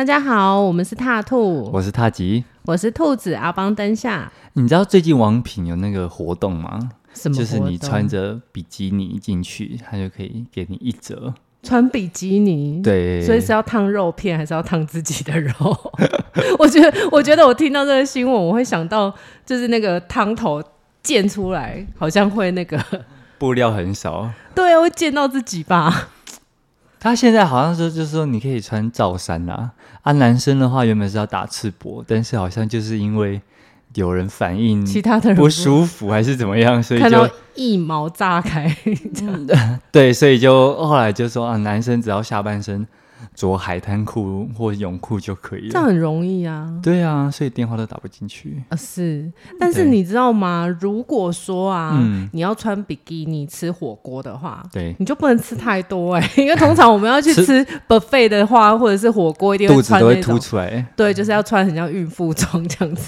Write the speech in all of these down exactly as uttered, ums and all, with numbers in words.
大家好，我们是踏兔， 我是踏吉， 我是兔子阿邦灯下。 你知道最近王品有那个活动吗？ 什么活动？ 就是你穿着比基尼进去，他就可以给你一折。 穿比基尼， 对， 所以是要烫肉片还是要烫自己的肉？我觉得，我觉得我听到这个新闻，我会想到就是那个汤头溅出来，好像会那个布料很少， 对，会溅到自己吧。 他现在好像说，就是说你可以穿罩衫啦。啊，男生的话原本是要打赤膊，但是好像就是因为有人反映其他的人不舒服还是怎么样，所以就看到一毛炸开对，所以就后来就说啊，男生只要下半身着海滩裤或泳裤就可以了， 这样很容易啊。 对啊，所以电话都打不进去啊，是，但是你知道吗？如果说啊、嗯，你要穿比基尼吃火锅的话， 对， 你就不能吃太多哎、欸，因为通常我们要去吃 buffet 的话，或者是火锅，一定会穿那种肚子都会凸出来，对， 就是要穿很像孕妇装这样子。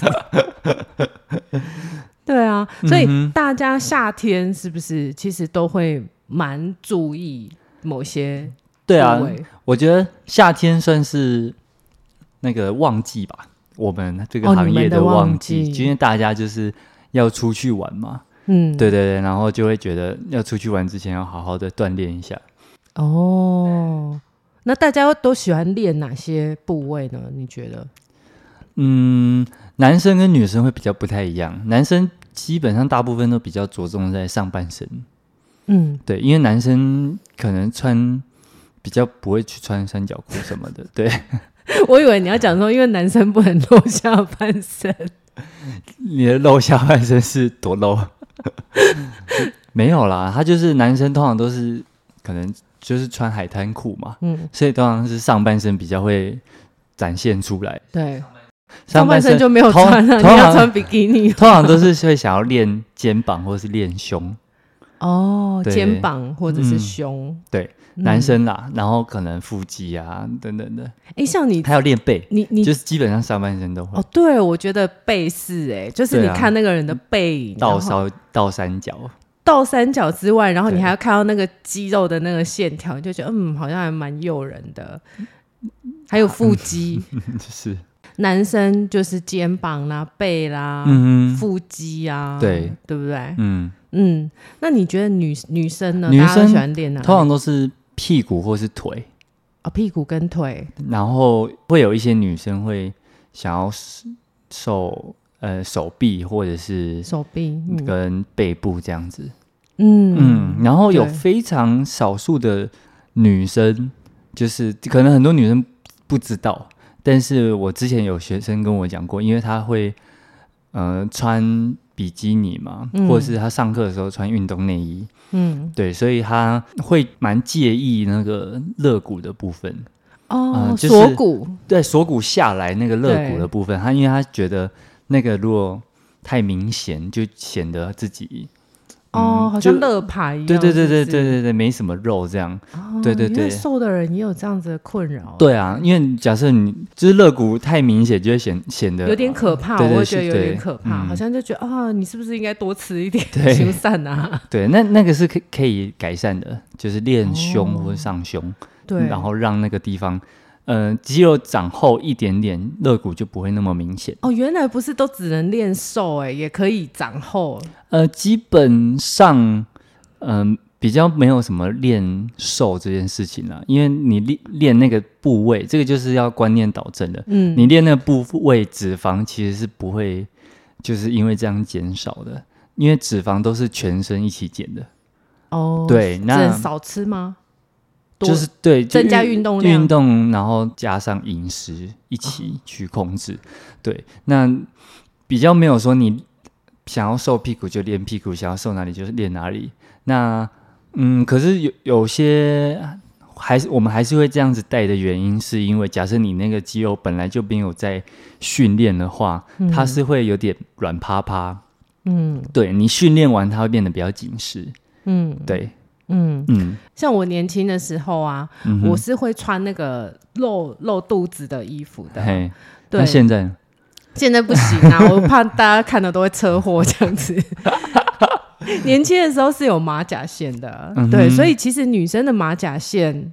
对啊，所以大家夏天是不是其实都会蛮注意某些？ 对啊，我觉得夏天算是那个旺季吧，我们这个行业的旺季，哦、因为大家就是要出去玩嘛，嗯，对对对，然后就会觉得要出去玩之前要好好的锻炼一下。 哦，那大家都喜欢练哪些部位呢？你觉得？ 嗯，男生跟女生会比较不太一样，男生基本上大部分都比较着重在上半身，嗯，对，因为男生可能穿。比较不会去穿三角裤什么的，对。 我以为你要讲说，因为男生不能露下半身。 你的露下半身是多露？没有啦，他就是男生通常都是可能就是穿海滩裤嘛，嗯，所以通常是上半身比较会展现出来。 对，上半身就没有穿了，你要穿比基尼。 通常都是会想要练肩膀或是练胸。 哦，肩膀或者是胸， 嗯、对。男生啦、嗯，然后可能腹肌啊等等的。 哎，像你还要练背， 你你就是基本上上半身都会。 哦，对，我觉得背是哎，就是你看那个人的背， 啊、倒三倒三角， 倒三角之外，然后你还要看到那个肌肉的那个线条，你就觉得嗯，好像还蛮诱人的。还有腹肌， 是男生就是肩膀啦、背啦、嗯、腹肌啊， 对对不对？ 嗯嗯，那你觉得女女生呢？ 女生大家都喜欢练哪里？ 通常都是屁股或是腿啊、哦，屁股跟腿， 然后会有一些女生会想要瘦呃手臂或者是手臂跟背部这样子，嗯嗯，然后有非常少数的女生，就是可能很多女生不知道，但是我之前有学生跟我讲过，因为她会呃穿比基尼嘛，嗯、或者是她上课的时候穿运动内衣。嗯，对，所以他会蛮介意那个肋骨的部分哦，呃就是、锁骨对锁骨下来那个肋骨的部分，他因为他觉得那个如果太明显，就显得自己哦，嗯、好像肋排一样， 对对对对对对对，没什么肉这样，哦、对对对， 瘦的人也有这样子的困扰。 对啊，因为假设你就是肋骨太明显，就会显显得有点可怕， 对对对， 我会觉得有点可怕，嗯、好像就觉得啊，你是不是应该多吃一点修缮啊？ 对，那那个是可可以改善的，就是练胸或者上胸，哦、对，然后让那个地方。呃，肌肉长厚一点点，肋骨就不会那么明显。 哦，原来不是都只能练瘦，哎，也可以长厚。 呃，基本上，嗯、呃，比较没有什么练瘦这件事情啦，因为你练练那个部位，这个就是要观念导正的。嗯，你练那个部位脂肪其实是不会，就是因为这样减少的，因为脂肪都是全身一起减的。 哦， 对，那只能少吃吗？ 就是对，就增加运动量， 运动，然后加上饮食一起去控制。哦、对，那比较没有说你想要瘦屁股就练屁股，想要瘦哪里就是练哪里。那嗯，可是有有些还是我们还是会这样子带的原因，是因为假设你那个肌肉本来就没有在训练的话，嗯、它是会有点软趴趴。嗯，对你训练完，它会变得比较紧实。嗯，对。 嗯嗯，像我年轻的时候啊，嗯、我是会穿那个露露肚子的衣服的。 嘿，对，那现在现在不行啊，我怕大家看了都会车祸这样子。年轻的时候是有马甲线的，嗯、对，所以其实女生的马甲线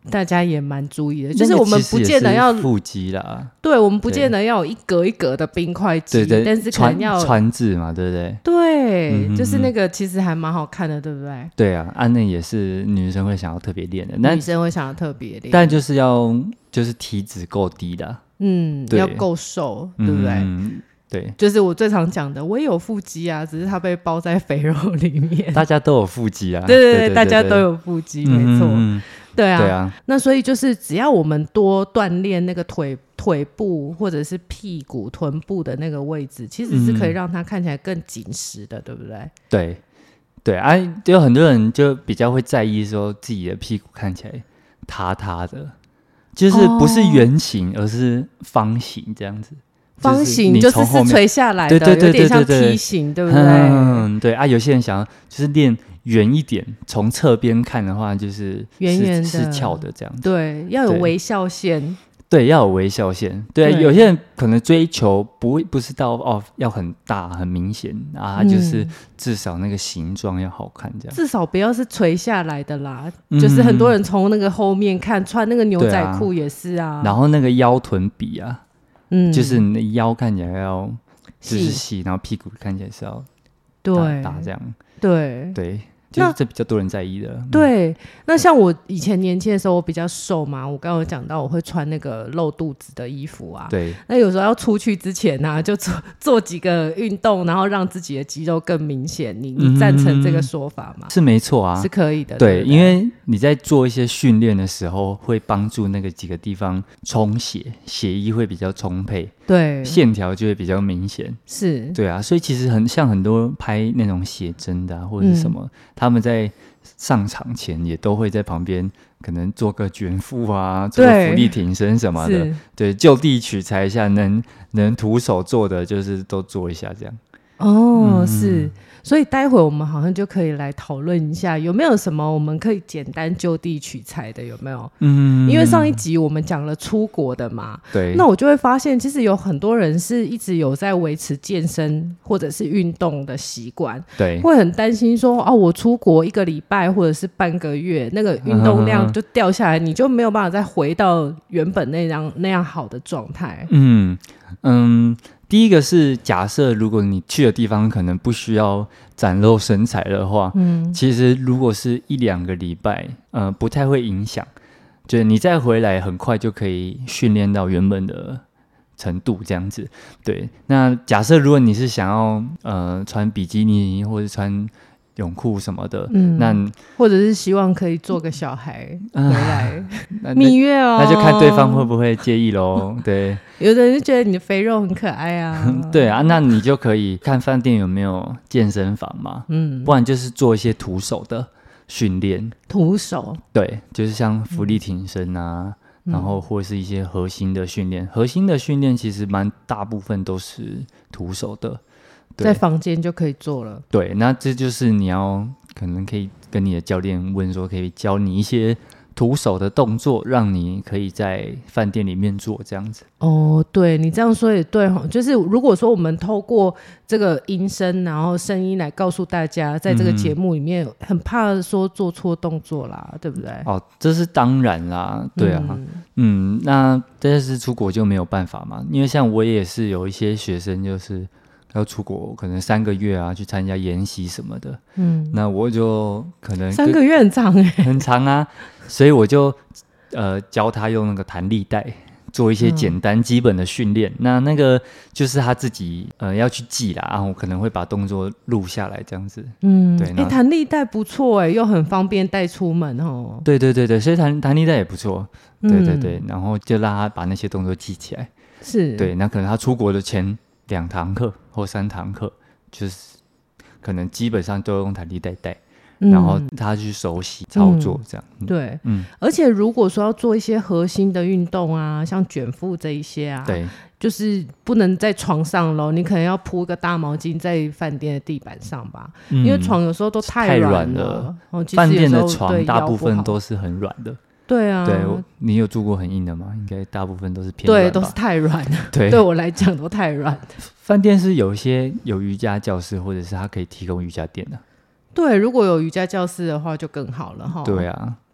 大家也蛮注意的，就是我们不见得要腹肌啦， 对，我们不见得要有一格一格的冰块肌， 对对， 但是可能要川字嘛，对不对？ 对、 嗯， 就是那个其实还蛮好看的，对不对？ 对啊，按、啊、那也是女生会想要特别练的， 女生会想要特别练， 但就是要就是体脂够低的， 嗯，要够瘦，对不对？ 嗯，对， 就是我最常讲的，我也有腹肌啊，只是它被包在肥肉里面。 大家都有腹肌啊， 对对 对, 对, 对, 对，大家都有腹肌，没错。 嗯嗯对啊， 对啊， 那所以就是只要我们多锻炼那个腿腿部或者是屁股、臀部的那个位置，其实是可以让它看起来更紧实的，嗯、对不对？ 对对啊，有很多人就比较会在意说自己的屁股看起来塌塌的，就是不是圆形，哦、而是方形这样子。 方形就是是垂下来的， 对对对对对对， 有点像梯形，对不对？ 嗯，对啊，有些人想要就是练圆一点，从侧边看的话，就是圆圆的、 是翘的这样子。 对，要有微笑线。 对，要有微笑线。对，对有些人可能追求不不是到哦要很大很明显啊，嗯、就是至少那个形状要好看，这样。 至少不要是垂下来的啦，嗯、就是很多人从那个后面看，穿那个牛仔裤也是啊。 然后那个腰臀比啊。 嗯， 就是你的腰看起来要就是细，然后屁股看起来是要大大这样， 对对，就是这比较多人在意的。 对，那像我以前年轻的时候，我比较瘦嘛，我刚刚有讲到我会穿那个露肚子的衣服啊。 对， 那有时候要出去之前啊，就做做几个运动，然后让自己的肌肉更明显。你你赞成这个说法吗？ 嗯、是没错啊， 是可以的。 对， 对对因为你在做一些训练的时候，会帮助那个几个地方充血，血液会比较充沛。 对， 线条就会比较明显， 是， 对啊，所以其实很像很多拍那种写真的、啊、或者是什么、嗯，他们在上场前也都会在旁边可能做个卷腹啊，做个伏地挺身什么的，对，就地取材一下，能能徒手做的就是都做一下这样。 哦，嗯、是。所以待会我们好像就可以来讨论一下，有没有什么我们可以简单就地取材的，有没有？嗯，因为上一集我们讲了出国的嘛， 对， 那我就会发现，其实有很多人是一直有在维持健身或者是运动的习惯， 对， 会很担心说，哦，我出国一个礼拜或者是半个月，那个运动量就掉下来，嗯、你就没有办法再回到原本那样那样好的状态。 嗯嗯。第一个是假设如果你去的地方可能不需要展露身材的话，嗯，其实如果是一两个礼拜，呃，不太会影响，就是你再回来很快就可以训练到原本的程度这样子。对，那假设如果你是想要呃穿比基尼或者穿泳裤什么的，嗯，那或者是希望可以做个小孩回来、啊、蜜月哦， 那就看对方会不会介意咯。对， 有的人就觉得你的肥肉很可爱啊。 对啊，那你就可以看饭店有没有健身房嘛，嗯，不然就是做一些徒手的训练。 徒手，对， 就是像伏地挺身啊、嗯、然后或是一些核心的训练、嗯、核心的训练其实蛮大部分都是徒手的， 在房间就可以做了。 对，那这就是你要可能可以跟你的教练问说，可以教你一些徒手的动作，让你可以在饭店里面做这样子。 哦，对，你这样说也对，就是如果说我们透过这个音声然后声音来告诉大家，在这个节目里面、嗯、很怕说做错动作啦，对不对？ 哦，这是当然啦，对啊，嗯，嗯那但是出国就没有办法嘛，因为像我也是有一些学生就是要出国可能三个月啊，去参加研习什么的，嗯，那我就可能三个月很长哎、欸， 很长啊，所以我就呃教他用那个弹力带做一些简单基本的训练、嗯，那那个就是他自己呃要去记啦，然后我可能会把动作录下来这样子， 嗯，对，哎、欸，弹力带不错哎、欸，又很方便带出门哦， 对对对对，所以弹弹力带也不错，对对对、嗯，然后就让他把那些动作记起来， 是， 对，那可能他出国的前两堂课或三堂课，就是可能基本上都用弹力带带、嗯，然后他去熟悉操作这样。 嗯、对，嗯，而且如果说要做一些核心的运动啊，像卷腹这一些啊， 对， 就是不能在床上咯，你可能要铺一个大毛巾在饭店的地板上吧，嗯、因为床有时候都太软了。 了饭店的床大部分都是很软的。 对啊， 对，你有住过很硬的吗？应该大部分都是偏软吧， 对，都是太软了。 对， 对我来讲都太软。 饭店是有一些有瑜伽教室，或者是它可以提供瑜伽垫的。 对，如果有瑜伽教室的话就更好了哈。 对啊，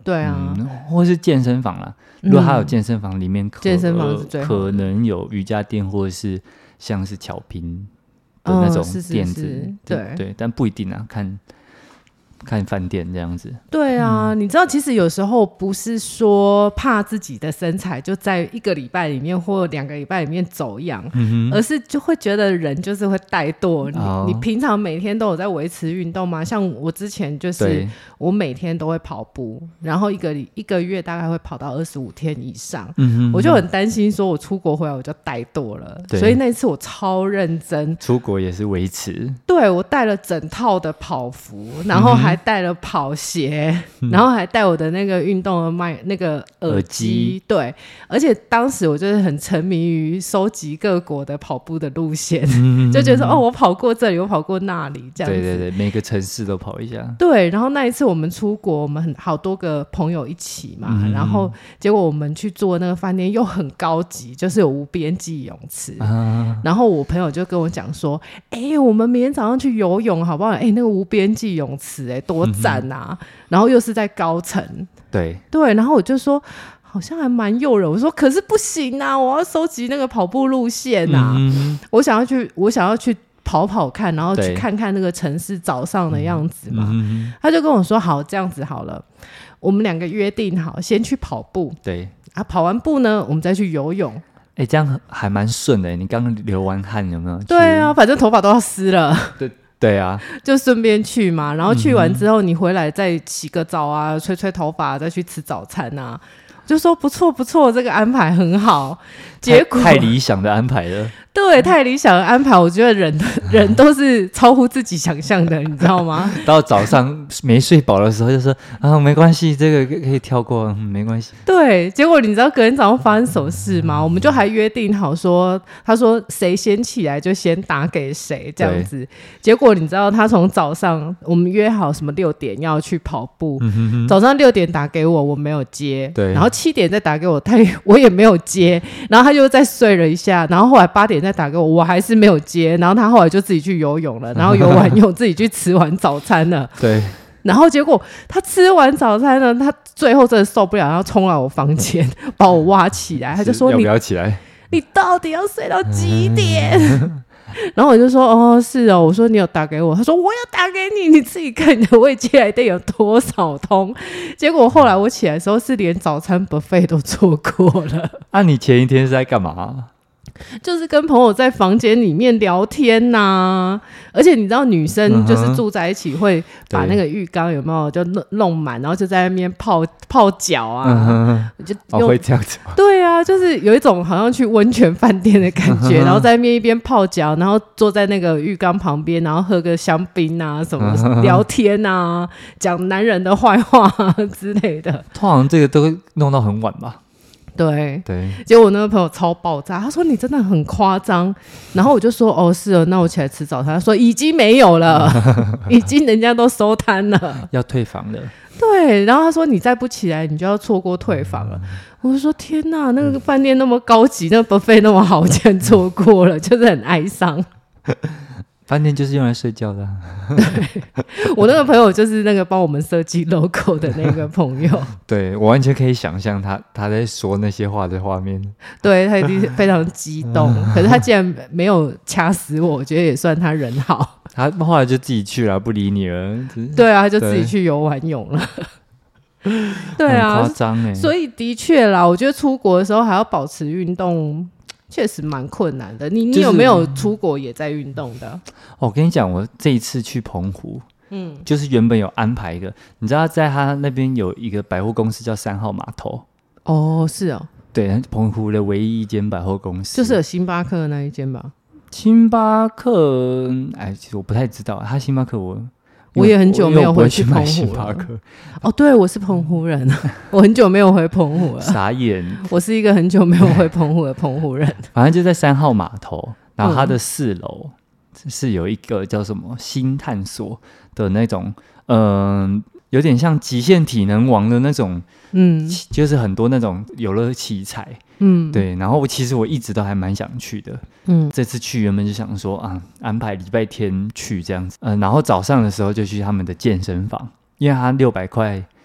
对啊、 嗯，或是健身房啦。如果他有健身房，里面可、 嗯、健身房是最好的， 可能有瑜伽垫，或者是像是巧拼的那种垫子， 哦、是是是对对，但不一定啊，看看饭店这样子。 对啊、嗯、你知道其实有时候不是说怕自己的身材就在一个礼拜里面或两个礼拜里面走样、嗯、而是就会觉得人就是会怠惰、哦、你, 你平常每天都有在维持运动吗？像我之前就是我每天都会跑步，然后一个一个月大概会跑到二十五天以上、嗯、我就很担心说我出国回来我就怠惰了，所以那次我超认真， 出国也是维持， 对，我带了整套的跑服，然后还带了跑鞋、嗯、然后还带我的那个运动的麦那个耳机，对，而且当时我就是很沉迷于收集各国的跑步的路线、嗯、就觉得说哦，我跑过这里我跑过那里这样子， 对对对，每个城市都跑一下， 对，然后那一次我们出国我们很好多个朋友一起嘛、嗯、然后结果我们去住那个饭店又很高级，就是有无边际泳池、啊、然后我朋友就跟我讲说哎、欸，我们明天早上去游泳好不好？哎、欸，那个无边际泳池哎、欸，多赞啊、嗯、然后又是在高层， 对对，然后我就说好像还蛮诱人，我说可是不行啊，我要收集那个跑步路线啊、嗯、我想要去我想要去跑跑看，然后去看看那个城市早上的样子嘛、嗯、他就跟我说好，这样子好了，我们两个约定好先去跑步， 对啊，跑完步呢我们再去游泳。 哎、欸，这样还蛮顺的，你刚刚流完汗有没有？ 对啊，反正头发都要湿了。 对对啊， 就顺便去嘛，然后去完之后你回来再洗个澡啊，吹吹头发，再去吃早餐啊，就说不错不错，这个安排很好。结果太理想的安排了。 对，太理想的安排，我觉得人人都是超乎自己想象的，你知道吗？ 到早上没睡饱的时候就说啊，没关系，这个可以跳过、嗯、没关系。 对，结果你知道隔天早上发生什么事吗？我们就还约定好说，他说谁先起来就先打给谁这样子。结果你知道他从早上我们约好什么六点要去跑步、嗯、哼哼早上六点打给我，我没有接，对，然后七点再打给我，他也我也没有接，然后他就再睡了一下，然后后来八点再打给我，我还是没有接，然后他后来就自己去游泳了，然后游完泳自己去吃完早餐了。 对， 然后结果他吃完早餐呢，他最后真的受不了，然后冲来我房间把我挖起来，他就说你要不要起来？ 你到底要睡到几点？然后我就说哦是哦，我说你有打给我，他说我有打给你，你自己看你的未接来电有多少通。结果后来我起来的时候是连早餐 buffet 都错过了。 啊你前一天是在干嘛？ 就是跟朋友在房间里面聊天呐、啊，而且你知道女生就是住在一起会把那个浴缸有没有就弄满，然后就在那边泡泡脚啊， 嗯、就哦会这样子吗？ 对啊，就是有一种好像去温泉饭店的感觉，然后在那边一边泡脚，然后坐在那个浴缸旁边，然后喝个香槟啊什么聊天啊，讲男人的坏话、啊、之类的。 通常这个都会弄到很晚吧？ 对对， 结果我那个朋友超爆炸，他说你真的很夸张，然后我就说哦是哦，那我起来吃早餐，他说已经没有了已经人家都收摊了， 要退房了。 对，然后他说你再不起来你就要错过退房了、嗯、我就说天哪，那个饭店那么高级，那个 buffet 那么好，竟然错过了就是很哀伤。 饭店就是用来睡觉的、啊、 对，我那个朋友就是那个帮我们设计 logo 的那个朋友。 对，我完全可以想象他他在说那些话的画面。 对，他一定非常激动可是他竟然没有掐死我，我觉得也算他人好。 他后来就自己去了，不理你了。 对啊，他就自己去游完泳了。对啊， 很夸张耶。 所以的确啦，我觉得出国的时候还要保持运动确实蛮困难的。你你有没有出国也在运动的？ 哦，我跟你讲，我这一次去澎湖，嗯，就是原本有安排一个，你知道在他那边有一个百货公司叫三号码头。 哦，是哦， 对，澎湖的唯一一间百货公司， 就是有星巴克的那一间吧？ 星巴克，哎，其实我不太知道，他星巴克我。 我也很久没有回去澎湖了。哦，对，我是澎湖人，我很久没有回澎湖了。 傻眼， 我是一个很久没有回澎湖的澎湖人。 反正就在三号码头，然后它的四楼是有一个叫什么新探索的那种，嗯、呃，有点像极限体能王的那种，嗯，就是很多那种游乐器材。嗯，对，然后我其实我一直都还蛮想去的，嗯，这次去原本就想说啊，安排礼拜天去这样子，呃，然后早上的时候就去他们的健身房，因为他六百块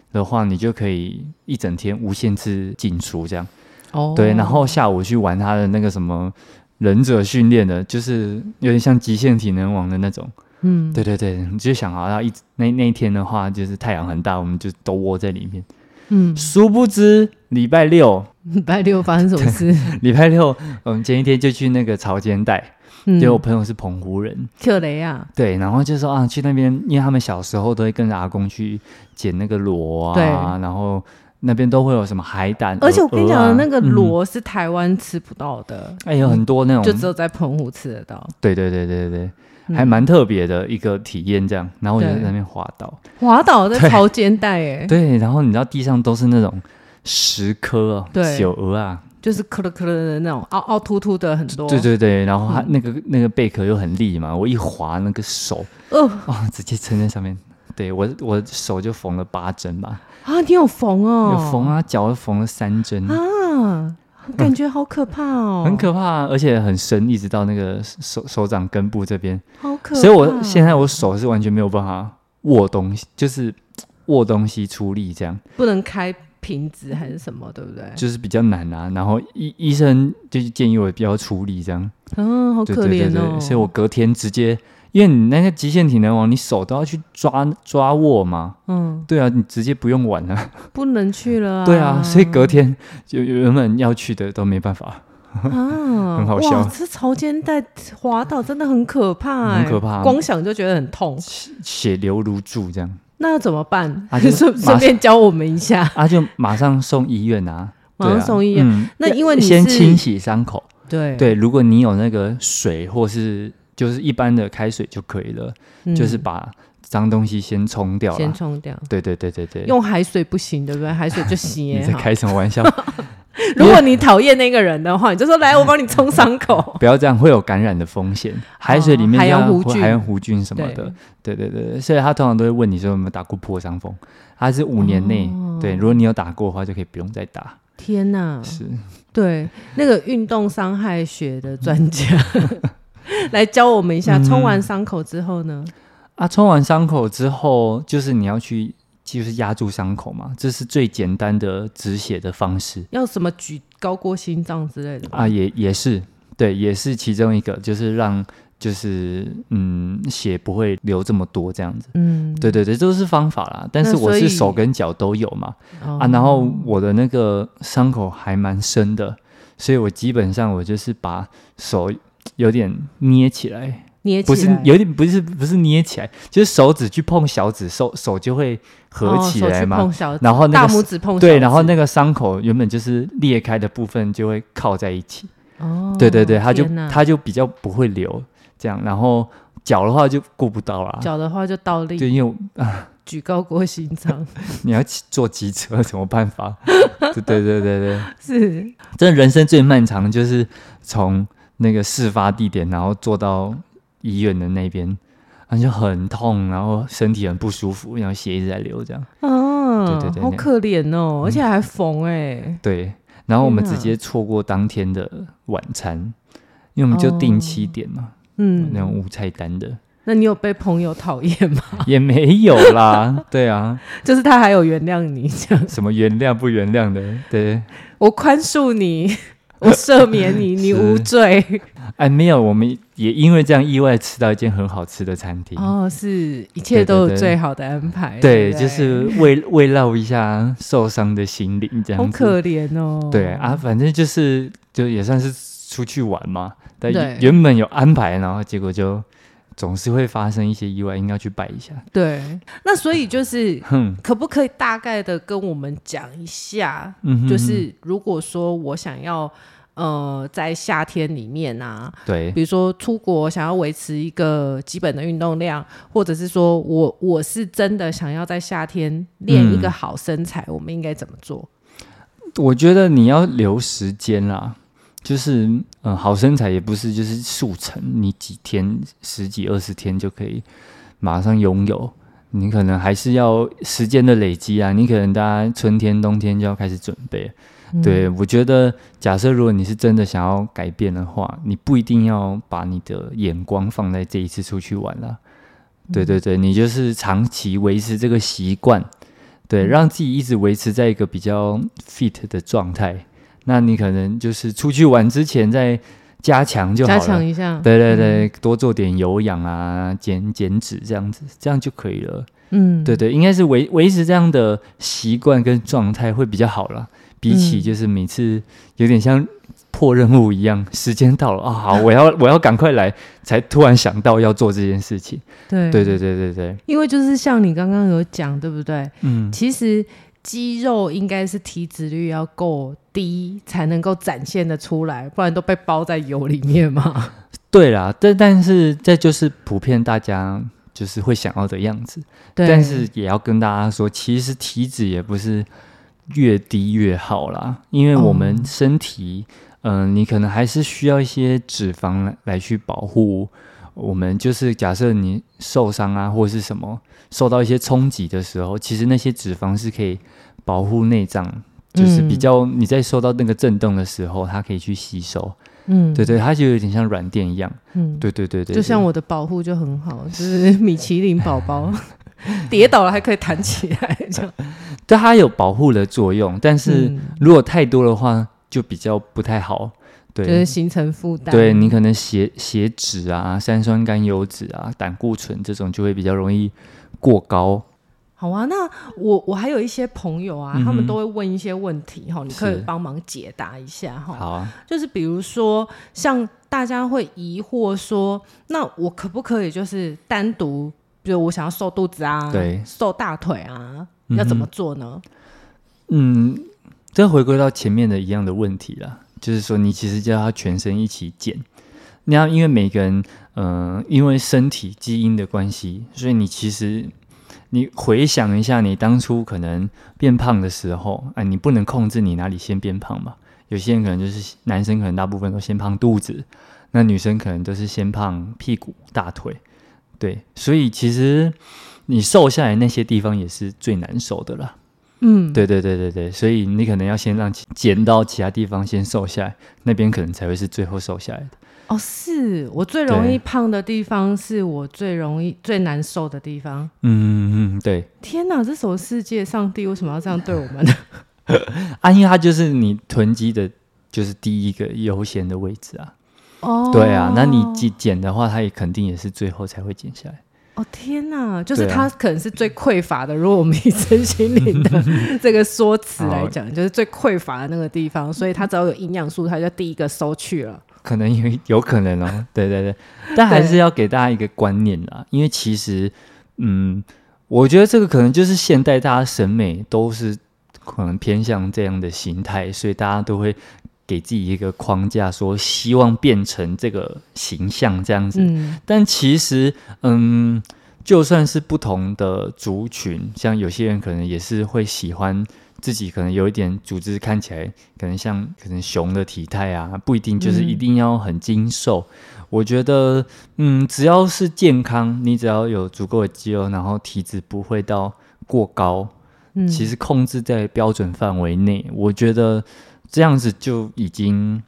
的话，你就可以一整天无限制进出这样。 哦， 对，然后下午去玩他的那个什么忍者训练的，就是有点像极限体能王的那种。嗯，对对对，你就想好，然后一那那一天的话，就是太阳很大，我们就都窝在里面。嗯，殊不知礼拜六， 礼拜六发生什么事？ 礼拜六我们前一天就去那个潮间带，因为我朋友是澎湖人， 克雷啊， 对，然后就说啊，去那边，因为他们小时候都会跟着阿公去捡那个螺啊， 对， 然后那边都会有什么海胆， 而且我跟你讲的、 啊、 那个螺是台湾吃不到的， 哎、嗯，有很多那种， 就只有在澎湖吃得到。 对对对对对。还蛮特别的一个体验，这样，然后我就在那边滑倒， 滑倒在潮间带哎， 对，然后你知道地上都是那种石颗哦， 对， 小鹅啊， 就是磕了磕了的那种凹凹凸凸的很多， 对对对，然后它那个、嗯、那个贝壳又很利嘛，我一滑那个手，哦，哦直接撑在上面，对我我手就缝了八针吧， 啊，你有缝哦， 有缝啊，脚缝了三针啊。感觉好可怕哦， 很可怕，而且很深，一直到那个手手掌根部这边， 好可怕。 所以我现在我手是完全没有办法握东西，就是握东西出力这样， 不能开瓶子还是什么，对不对？ 就是比较难啊。然后医医生就是建议我不要出力这样， 嗯，好可怜哦。 对对对对，所以我隔天直接。因为你那个极限体能王，你手都要去抓抓握嘛，嗯，对啊，你直接不用玩了， 不能去了啊， 对啊，所以隔天就原本要去的都没办法，啊，很好笑。 哇，这潮间带滑倒真的很可怕、欸， 很可怕， 光想就觉得很痛， 血流如注这样。 那要怎么办？ 啊，就顺便教我们一下， 啊，就马上送医院啊， 马上送医院。啊嗯、那因为你是先清洗伤口， 对对，如果你有那个水或是。就是一般的开水就可以了，嗯、就是把脏东西先冲掉， 先冲掉。 对对对对对， 用海水不行，对不对？海水就洗也好。 你在开什么玩笑？ 如果你讨厌那个人的话，你就说来，我帮你冲伤口。 不要这样，会有感染的风险。海水里面、哦、 海洋弧菌、 海洋弧菌什么的，对对对对，所以他通常都会问你说有没有打过破伤风。他是五年内，哦、对，如果你有打过的话，就可以不用再打。 天哪， 是， 对，那个运动伤害学的专家。来教我们一下，冲完伤口之后呢？ 嗯、啊，冲完伤口之后，就是你要去，就是压住伤口嘛，这是最简单的止血的方式。 要什么举高过心脏之类的啊？也也是，对，也是其中一个，就是让就是嗯血不会流这么多这样子。嗯，对对对，这都是方法啦。但是我是手跟脚都有嘛，啊，然后我的那个伤口还蛮深的，所以我基本上我就是把手。有点捏起来， 捏起来不是有点不是不是捏起来，就是手指去碰小指，手手就会合起来嘛。 哦、碰小指然后、那个、 大拇指碰小指对，然后那个伤口原本就是裂开的部分就会靠在一起。哦，对对对，它就它就比较不会流这样。然后脚的话就顾不到啦， 脚的话就倒立， 对，因为我啊举高过心脏， 你要坐机车怎么办法？对对对对对， 是真的人生最漫长的就是从。那个事发地点，然后坐到医院的那边，然后就很痛，然后身体很不舒服，然后血一直在流，这样。哦，对对对， 好可怜哦，嗯、而且还缝哎、 欸。对，然后我们直接错过当天的晚餐，因为我们就订七点嘛，嗯，那种无菜单的。 那你有被朋友讨厌吗？ 也没有啦，对啊， 就是他还有原谅你这样。 什么原谅不原谅的？对， 我宽恕你。我赦免你，你无罪。 哎，没有，我们也因为这样意外吃到一间很好吃的餐厅。 哦，是一切都有最好的安排。 对， 对, 对, 对， 就是慰慰劳一下受伤的心灵，这样子。 好可怜哦。 对啊，反正就是就也算是出去玩嘛。但原本有安排，然后结果就总是会发生一些意外，应该去拜一下。 对，那所以就是可不可以大概的跟我们讲一下，嗯、就是如果说我想要呃在夏天里面啊， 对， 比如说出国想要维持一个基本的运动量，或者是说我我是真的想要在夏天练一个好身材，嗯、我们应该怎么做？ 我觉得你要留时间啦。就是嗯，好身材也不是就是速成，你几天十几二十天就可以马上拥有，你可能还是要时间的累积啊。你可能大家春天冬天就要开始准备。嗯、对，我觉得假设如果你是真的想要改变的话，你不一定要把你的眼光放在这一次出去玩啦。对对对，你就是长期维持这个习惯。 对，让自己一直维持在一个比较 fit 的状态。那你可能就是出去玩之前再加强就好了， 加强一下， 对对对，嗯、多做点有氧啊，减减脂这样子，这样就可以了。嗯，对对，应该是维维持这样的习惯跟状态会比较好啦，比起就是每次有点像破任务一样，时间到了啊，好，我要我要赶快来，才突然想到要做这件事情。对对对对对对， 因为就是像你刚刚有讲，对不对？嗯，其实肌肉应该是体脂率要够低才能够展现的出来，不然都被包在油里面嘛。 对啦，但但是这就是普遍大家就是会想要的样子。但是也要跟大家说，其实体脂也不是越低越好啦，因为我们身体，嗯、呃，你可能还是需要一些脂肪 来, 来去保护我们。就是假设你受伤啊，或者是什么受到一些冲击的时候，其实那些脂肪是可以保护内脏，就是比较你在受到那个震动的时候，它可以去吸收。嗯，对对，它就有点像软垫一样。嗯，对对对 对, 对， 就像我的保护就很好，就是米其林宝宝，跌倒了还可以弹起来，这样。 对，它有保护的作用，但是如果太多的话，就比较不太好。对， 就是形成负担。 对，你可能血血脂啊、三酸甘油脂啊、胆固醇这种就会比较容易过高。 好啊，那我我还有一些朋友啊，嗯、他们都会问一些问题哈，你可以帮忙解答一下哈。好啊，就是比如说，像大家会疑惑说，那我可不可以就是单独，比如我想要瘦肚子啊，对，瘦大腿啊，要怎么做呢？ 嗯，这回归到前面的一样的问题啦，就是说你其实就要全身一起减。那因为每个人，嗯、呃，因为身体基因的关系，所以你其实。你回想一下，你当初可能变胖的时候，哎，你不能控制你哪里先变胖嘛。有些人可能就是男生，可能大部分都先胖肚子，那女生可能都是先胖屁股、大腿，对。所以其实你瘦下来那些地方也是最难受的啦。嗯，对对对对对，所以你可能要先让减到其他地方先瘦下来，那边可能才会是最后瘦下来的。 哦，是我最容易胖的地方，是我最容易最难受的地方。 嗯嗯，对。 天哪，这什么世界？上帝为什么要这样对我们呢？ 啊，因为它就是你囤积的，就是第一个优先的位置啊。哦，对啊，那你减的话，它也肯定也是最后才会减下来。 哦天哪，就是它可能是最匮乏的。如果我们以身心灵的这个说辞来讲，就是最匮乏的那个地方，所以它只要有营养素，它就第一个收去了。 可能 有, 有可能哦，对对对，但还是要给大家一个观念啦，因为其实，嗯，我觉得这个可能就是现代大家审美都是可能偏向这样的形态，所以大家都会给自己一个框架，说希望变成这个形象这样子。嗯、但其实，嗯，就算是不同的族群，像有些人可能也是会喜欢。自己可能有一点组织看起来可能像可能熊的体态啊，不一定就是一定要很精瘦。嗯、我觉得，嗯，只要是健康，你只要有足够的肌肉，然后体脂不会到过高，嗯、其实控制在标准范围内，我觉得这样子就已经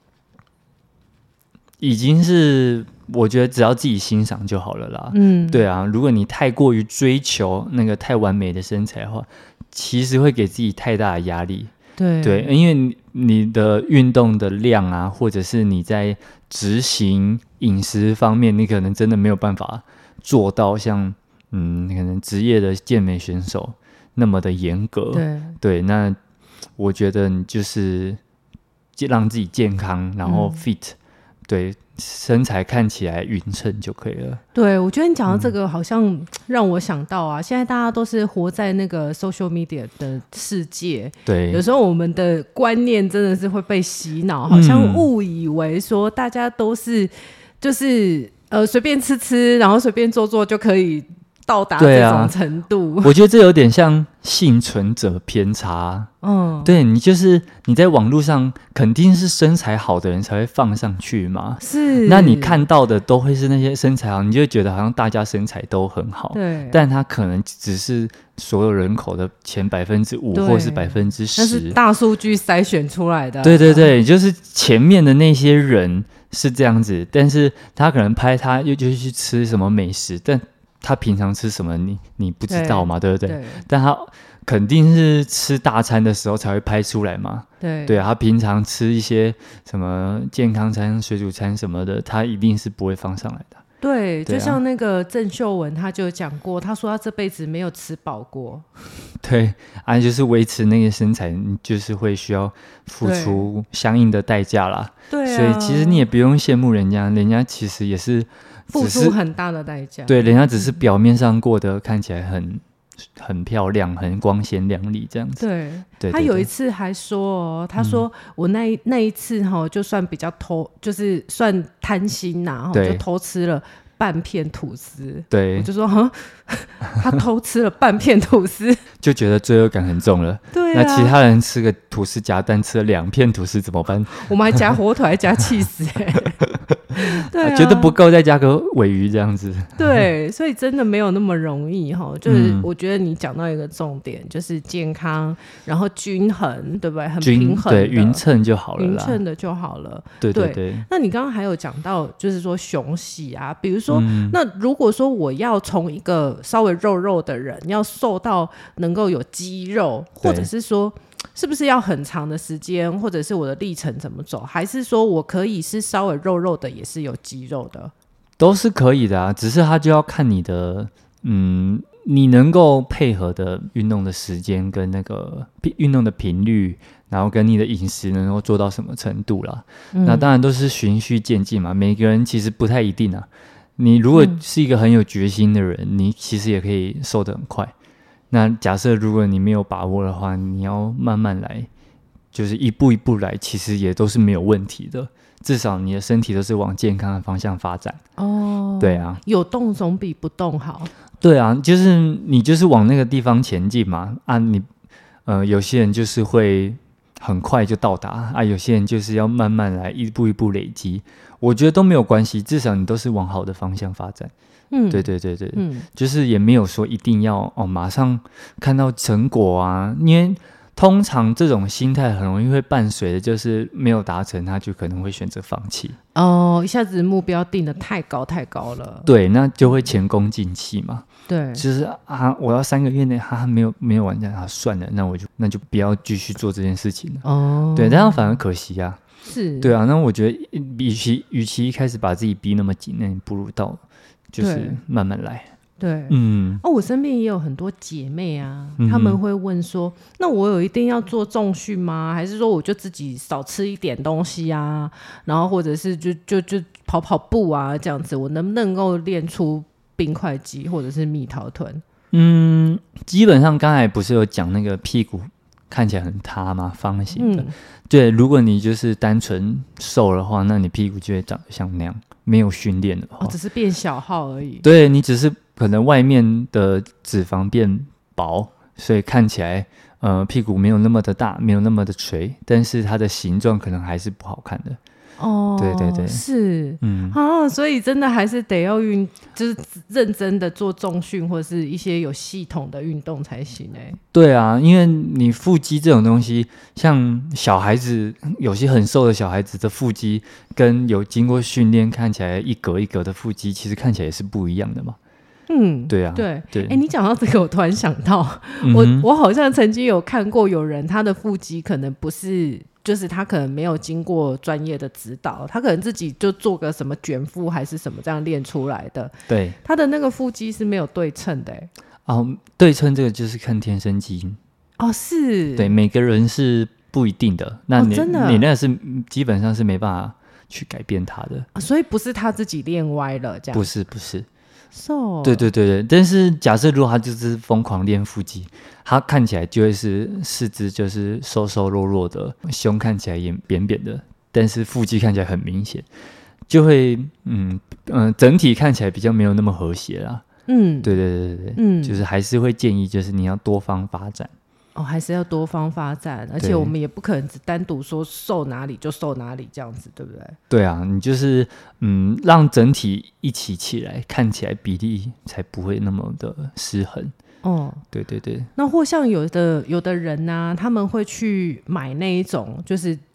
已经是我觉得只要自己欣赏就好了啦。嗯，对啊，如果你太过于追求那个太完美的身材的话。其实会给自己太大的压力， 对对，因为你的运动的量啊，或者是你在执行饮食方面，你可能真的没有办法做到像嗯，可能职业的健美选手那么的严格， 对对。那我觉得你就是让自己健康，然后 fit，、嗯、对。身材看起来匀称就可以了。 对，我觉得你讲到这个好像让我想到啊、嗯、现在大家都是活在那个 social media 的世界， 对， 有时候我们的观念真的是会被洗脑，好像误以为说大家都是就是呃随便吃吃然后随便做做就可以到达这种程度、 啊、我觉得这有点像幸存者偏差。嗯，对，你就是你在网络上肯定是身材好的人才会放上去嘛， 是， 那你看到的都会是那些身材好，你就会觉得好像大家身材都很好， 对， 但他可能只是所有人口的前百分之五或是百分之十， 那是大数据筛选出来的、啊、 对对对，就是前面的那些人是这样子，但是他可能拍他又就去吃什么美食，但他平常吃什么你你不知道嘛， 对, 对不对？ 对， 但他肯定是吃大餐的时候才会拍出来嘛。 对对啊，他平常吃一些什么健康餐、水煮餐什么的，他一定是不会放上来的。 对， 对啊就像那个郑秀文，他就讲过，他说他这辈子没有吃饱过。 对啊，就是维持那个身材，你就是会需要付出相应的代价啦。 对啊， 所以其实你也不用羡慕人家，人家其实也是付出很大的代价。 对，人家只是表面上过得看起来很很漂亮，很光鲜亮丽这样子。 对， 对对对， 他有一次还说哦，他说我那一、嗯、那一次哈，就算比较偷，就是算贪心呐、啊，就偷吃了半片吐司。 对， 我就说哈，他偷吃了半片吐司， 就觉得罪恶感很重了。 对、啊， 那其他人吃个吐司夹蛋，吃了两片吐司怎么办？ 我们还夹火腿，还夹起司哎。对、啊， 觉得不够再加个鲔鱼这样子。 对，所以真的没有那么容易哈。就是我觉得你讲到一个重点，嗯、就是健康，然后均衡，对不对？很平衡的， 对，匀称就好了啦， 匀称的就好了。 对对 对, 对。 那你刚刚还有讲到，就是说雄喜啊，比如说，嗯、那如果说我要从一个稍微肉肉的人，要瘦到能够有肌肉，或者是说。是不是要很长的时间，或者是我的历程怎么走，还是说我可以是稍微肉肉的也是有肌肉的？ 都是可以的啊，只是它就要看你的嗯，你能够配合的运动的时间跟那个运动的频率，然后跟你的饮食能够做到什么程度啦、嗯、那当然都是循序渐进嘛，每个人其实不太一定啊。你如果是一个很有决心的人、嗯、你其实也可以瘦得很快。那假设如果你没有把握的话，你要慢慢来，就是一步一步来，其实也都是没有问题的，至少你的身体都是往健康的方向发展。哦，对啊， 有动总比不动好。 对啊，就是你就是往那个地方前进嘛。啊你，呃，有些人就是会很快就到达啊，有些人就是要慢慢来，一步一步累积。我觉得都没有关系，至少你都是往好的方向发展。嗯，对对对对，嗯，就是也没有说一定要哦马上看到成果啊，因为通常这种心态很容易会伴随的就是没有达成，他就可能会选择放弃。 哦，一下子目标定得太高太高了， 对，那就会前功尽弃嘛。 对， 就是啊，我要三个月内哈、啊、没有没有完成啊，算了，那我就那就不要继续做这件事情了。哦，对，这样反而可惜啊。 是， 对啊，那我觉得与其与其一开始把自己逼那么紧，那你不如到。就是慢慢来。 对，嗯，哦，我身边也有很多姐妹啊，嗯、他们会问说，那我有一定要做重训吗？还是说我就自己少吃一点东西啊，然后或者是就就就跑跑步啊，这样子，我能不能够练出冰块肌或者是蜜桃臀？嗯， 基本上刚才不是有讲那个屁股看起来很塌吗？方形的，嗯、对，如果你就是单纯瘦的话，那你屁股就会长得像那样。没有训练的话、 哦，只是变小号而已。 对，你只是可能外面的脂肪变薄，所以看起来呃屁股没有那么的大，没有那么的垂，但是它的形状可能还是不好看的。哦，对对对， 是，嗯啊，所以真的还是得要运，就是认真的做重训或者是一些有系统的运动才行哎、欸。 对啊，因为你腹肌这种东西，像小孩子有些很瘦的小孩子的腹肌，跟有经过训练看起来一格一格的腹肌，其实看起来也是不一样的嘛。嗯，对啊， 对对。 哎、欸，你讲到这个，我突然想到，嗯、我我好像曾经有看过有人他的腹肌可能不是。就是他可能没有经过专业的指导，他可能自己就做个什么卷腹还是什么这样练出来的。 对， 他的那个腹肌是没有对称的、欸。 哦，对称这个就是看天生基因。 哦，是。 对，每个人是不一定的。那你、哦、真的，你那个是基本上是没办法去改变他的、 啊，所以不是他自己练歪了这样。 不是，不是。 So, 对对对对，但是假设如果他就是疯狂练腹肌，他看起来就会是四肢就是瘦瘦弱弱的，胸看起来也扁扁的，但是腹肌看起来很明显，就会嗯嗯、呃、整体看起来比较没有那么和谐啦。嗯，对对对对对，嗯，就是还是会建议就是你要多方发展。 哦，还是要多方发展，而且我们也不可能只单独说瘦哪里就瘦哪里这样子，对不对？ 对啊，你就是嗯，让整体一起起来，看起来比例才不会那么的失衡。哦，对对对。 那或像有的有的人呢、啊，他们会去买那一种，就是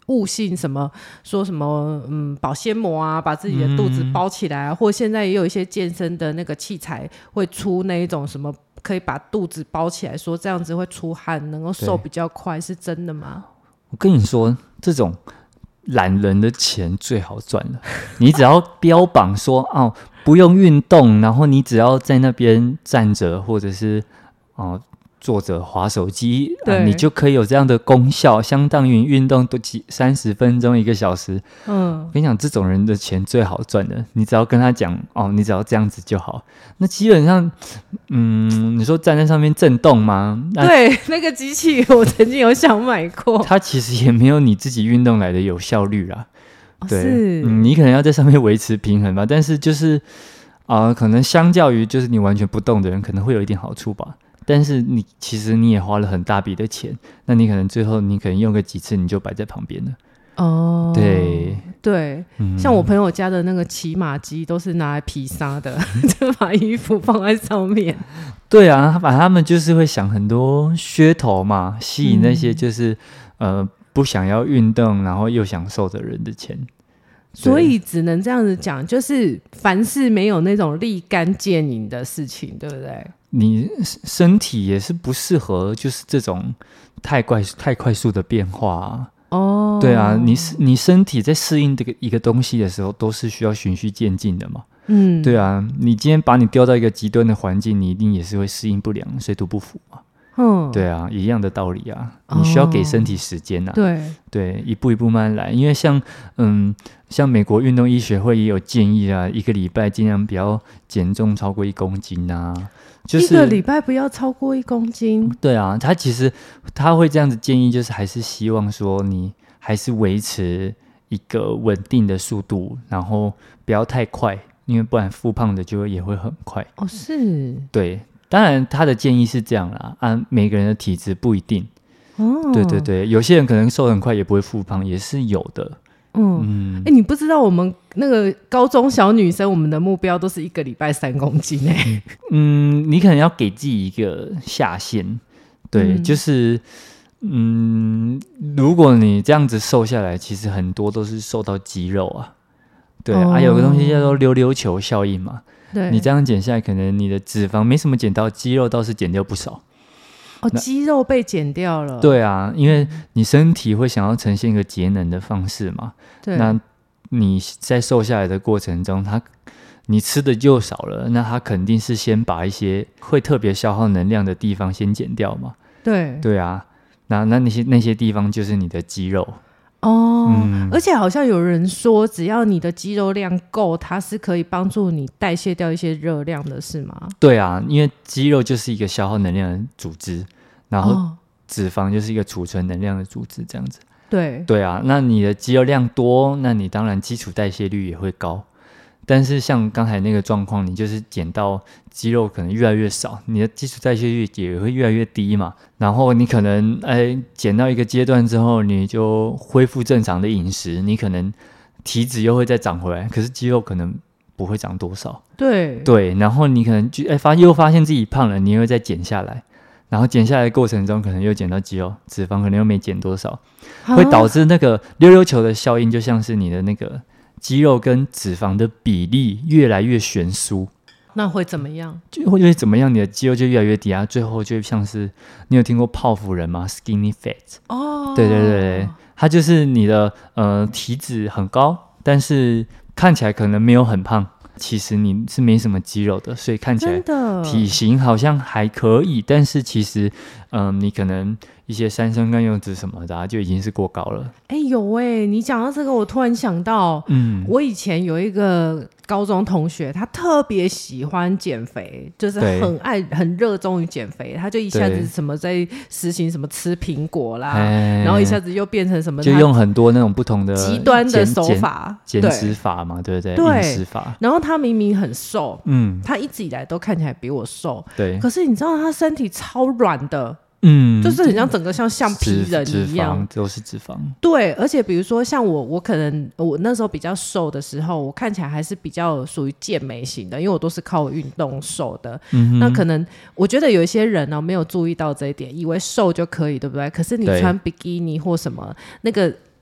悟性什么说什么嗯保鲜膜啊，把自己的肚子包起来啊，嗯、或现在也有一些健身的那个器材会出那一种什么可以把肚子包起来，说这样子会出汗，能够瘦比较快，是真的吗？ 我跟你说，这种懒人的钱最好赚了。你只要标榜说哦不用运动，然后你只要在那边站着或者是哦。坐着滑手机、啊，你就可以有这样的功效，相当于运动都几三十分钟一个小时。嗯，我跟你讲，这种人的钱最好赚的。你只要跟他讲哦，你只要这样子就好。那基本上，嗯，你说站在上面震动吗？那对，那个机器我曾经有想买过， 它其实也没有你自己运动来的有效率啦。 哦、 对， 是、 嗯，你可能要在上面维持平衡吧，但是就是啊、呃，可能相较于就是你完全不动的人，可能会有一点好处吧。但是你其实你也花了很大笔的钱，那你可能最后你可能用个几次你就摆在旁边了。 哦， 对对、嗯，像我朋友家的那个骑马机都是拿来披萨的，就把衣服放在上面。 对啊，把他们就是会想很多噱头嘛，吸引那些就是、嗯、呃不想要运动然后又想瘦的人的钱。 所以只能这样子讲，就是凡事没有那种立竿见影的事情，对不对？ 你身体也是不适合就是这种太快太快速的变化啊。哦，对啊，你你身体在适应这个一个东西的时候，都是需要循序渐进的嘛。嗯，对啊，你今天把你丢到一个极端的环境，你一定也是会适应不良，水土不服嘛。嗯，对啊，一样的道理啊，你需要给身体时间啊。哦、对对，一步一步慢慢来。因为像嗯，像美国运动医学会也有建议啊，一个礼拜尽量不要减重超过一公斤啊。就是、 一个礼拜不要超过一公斤。 对啊，他其实他会这样子建议，就是还是希望说你还是维持一个稳定的速度，然后不要太快，因为不然复胖的就也会很快。 哦，是， 对。当然他的建议是这样啦，按、啊、每个人的体质不一定。哦，对对对，有些人可能瘦很快也不会复胖，也是有的。 嗯，哎、欸，你不知道我们那个高中小女生，我们的目标都是一个礼拜三公斤哎、欸。 嗯，你可能要给自己一个下限，对，嗯、就是嗯，如果你这样子瘦下来，其实很多都是瘦到肌肉啊。对、哦、啊，有个东西叫做溜溜球效应嘛。对，你这样减下来，可能你的脂肪没什么减到，肌肉倒是减掉不少。 哦，肌肉被减掉了。 对啊，因为你身体会想要呈现一个节能的方式嘛。对。那你在瘦下来的过程中，它你吃的就少了，那它肯定是先把一些会特别消耗能量的地方先减掉嘛。对。对啊，那那那些那些地方就是你的肌肉。 哦、嗯，而且好像有人说，只要你的肌肉量够，它是可以帮助你代谢掉一些热量的，是吗？ 对啊，因为肌肉就是一个消耗能量的组织，然后脂肪就是一个储存能量的组织，这样子。对对啊，那你的肌肉量多，那你当然基础代谢率也会高。但是像刚才那个状况，你就是减到肌肉可能越来越少，你的基础代谢率也会越来越低嘛。然后你可能哎减到一个阶段之后，你就恢复正常的饮食，你可能体脂又会再长回来，可是肌肉可能不会长多少。对对，然后你可能就哎发又发现自己胖了，你又会再减下来。然后减下来的过程中，可能又减到肌肉，脂肪可能又没减多少，会导致那个溜溜球的效应，就像是你的那个肌肉跟脂肪的比例越来越悬殊。 那会怎么样？ 就会怎么样？你的肌肉就越来越低啊，最后就像是你有听过泡芙人吗 ？Skinny fat。哦，对对对对，它就是你的呃体脂很高，但是看起来可能没有很胖。其实你是没什么肌肉的，所以看起来体型好像还可以，但是其实，嗯，你可能一些三酸甘油脂什么的、啊、就已经是过高了。 哎、欸，有哎、欸，你讲到这个，我突然想到，嗯，我以前有一个高中同学，他特别喜欢减肥，就是很爱、很热衷于减肥，他就一下子什么在实行什么吃苹果啦，然后一下子又变成什么， 就用很多那种不同的极端的手法， 减脂法嘛，对不对？对，饮食法。 然后他明明很瘦，嗯，他一直以来都看起来比我瘦，对，可是你知道他身体超软的。嗯，就是很像整个像橡皮人一样， 都是脂肪。 对，而且比如说像我，我可能我那时候比较瘦的时候，我看起来还是比较属于健美型的，因为我都是靠运动瘦的。嗯，那可能我觉得有一些人呢、哦、没有注意到这一点，以为瘦就可以，对不对？可是你穿比基尼或什么，那个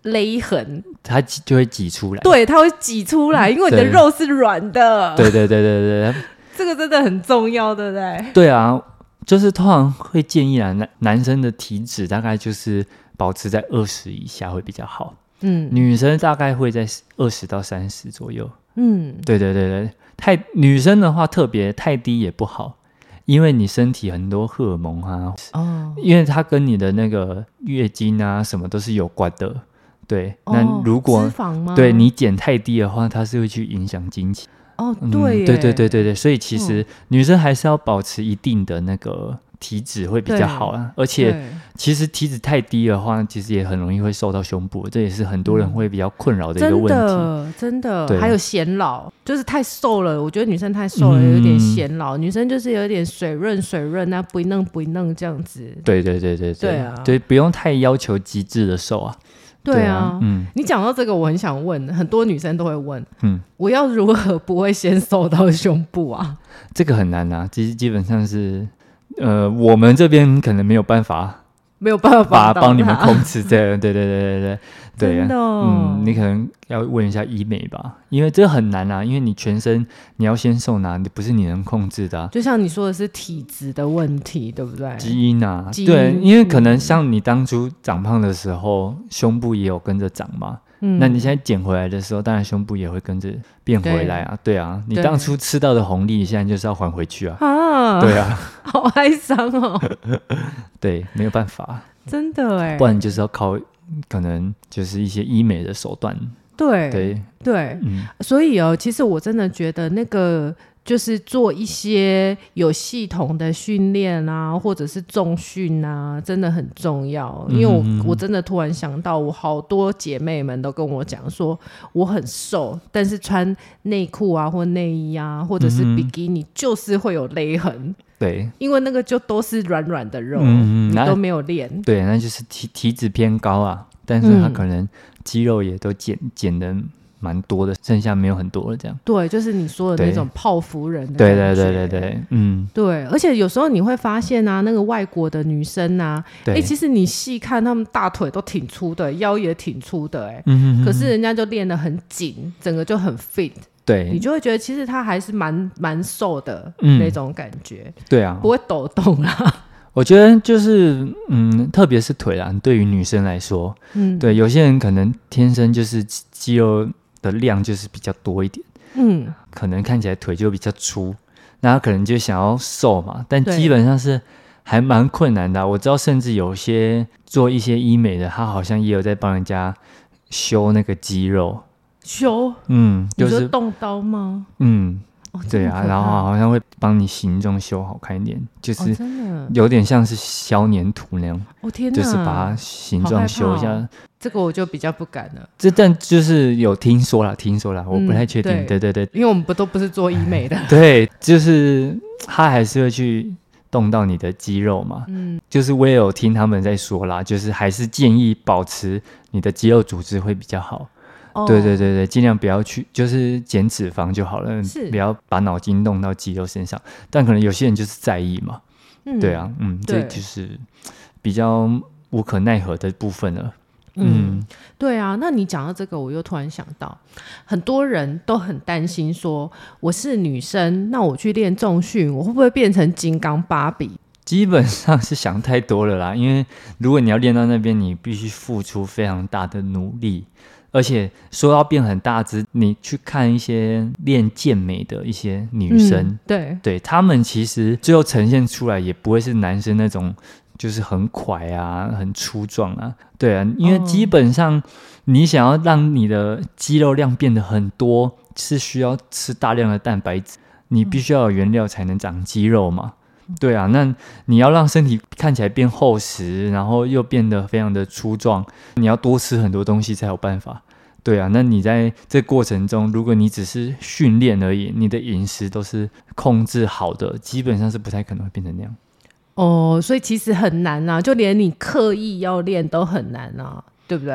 勒痕， 它就会挤出来。 对，它会挤出来，因为你的肉是软的。 对对对对对， 这个真的很重要，对不对？ 对啊，就是通常会建议啊，男男生的体脂大概就是保持在二十以下会比较好。嗯，女生大概会在二十到三十左右。嗯，对对对对，太女生的话特别太低也不好。因为你身体很多荷尔蒙啊，哦，因为它跟你的那个月经啊什么都是有关的，对。哦、那如果脂肪吗？ 对你减太低的话，它是会去影响经期。 哦，对、嗯， 对对对对对，所以其实女生还是要保持一定的那个体脂会比较好啊。而且其实体脂太低的话，其实也很容易会瘦到胸部，这也是很多人会比较困扰的一个问题。 真的，真的，还有显老，就是太瘦了。我觉得女生太瘦了，嗯、有点显老。女生就是有点水润水润，那不嫩不嫩这样子。 对对对对对， 对啊， 对，不用太要求极致的瘦啊。 对啊，嗯，你讲到这个，我很想问，很多女生都会问，嗯，我要如何不会先瘦到胸部啊？ 这个很难啊，其实基本上是，呃，我们这边可能没有办法， 没有办法帮你们控制这个，对对对对对对， 真的、哦， 嗯，你可能要问一下医美吧，因为这很难啊，因为你全身你要先瘦哪，不是你能控制的、啊， 就像你说的是体质的问题，对不对？ 基因啊， 基因对，因为可能像你当初长胖的时候，胸部也有跟着长嘛。嗯，那你现在减回来的时候，当然胸部也会跟着变回来啊，对, 对啊，你当初吃到的红利，现在就是要还回去啊，啊对啊， 好哀伤哦， 对，没有办法， 真的哎， 不然就是要靠可能就是一些医美的手段， 对对对、嗯，所以哦，其实我真的觉得那个。就是做一些有系统的训练啊，或者是重训啊，真的很重要。因为我、嗯、我真的突然想到，我好多姐妹们都跟我讲说，我很瘦，但是穿内裤啊或内衣啊，或者是比基尼，就是会有勒痕。 对， 因为那个就都是软软的肉，嗯、你都没有练。 对，那就是体体脂偏高啊，但是它可能肌肉也都减减的。蛮多的，剩下没有很多了，这样。 对，就是你说的那种泡芙人的感觉。对对对对对，嗯， 对。而且有时候你会发现啊，那个外国的女生啊，哎、欸，其实你细看，她们大腿都挺粗的，腰也挺粗的、欸，哎、嗯，可是人家就练得很紧，整个就很 fit。 对， 你就会觉得其实她还是蛮蛮瘦的、嗯、那种感觉。 对啊， 不会抖动啦。 我觉得就是嗯，特别是腿啦，对于女生来说，嗯，对，有些人可能天生就是肌肉的量就是比较多一点，嗯，可能看起来腿就比较粗，那他可能就想要瘦嘛，但基本上是还蛮困难的、啊。我知道，甚至有些做一些医美的，他好像也有在帮人家修那个肌肉， 修， 嗯，就是你说动刀吗？ 嗯。哦、对啊，然后好像会帮你形状修好看一点，就是有点像是消粘土那样。 哦天哪！ 就是把它形状修一下、哦。 这个我就比较不敢了。 这但就是有听说啦，听说啦，我不太确定、嗯。对对对， 因为我们不都不是做医美的。 对，就是他还是会去动到你的肌肉嘛。嗯，就是我也有听他们在说啦，就是还是建议保持你的肌肉组织会比较好。Oh. 对对对对，尽量不要去，就是减脂肪就好了，不要把脑筋动到肌肉身上。但可能有些人就是在意嘛，嗯、对啊，嗯，这就是比较无可奈何的部分了。嗯， 嗯对啊，那你讲到这个，我又突然想到，很多人都很担心说，我是女生，那我去练重训，我会不会变成金刚芭比？ 基本上是想太多了啦，因为如果你要练到那边，你必须付出非常大的努力。而且说要变很大只，你去看一些练健美的一些女生，嗯、 对对，她们其实最后呈现出来也不会是男生那种，就是很快啊、很粗壮啊，对啊，因为基本上你想要让你的肌肉量变得很多，是需要吃大量的蛋白质，你必须要有原料才能长肌肉嘛。对啊，那你要让身体看起来变厚实，然后又变得非常的粗壮，你要多吃很多东西才有办法。对啊，那你在这过程中，如果你只是训练而已，你的饮食都是控制好的，基本上是不太可能会变成那样。 哦，所以其实很难啊，就连你刻意要练都很难啊，对不对？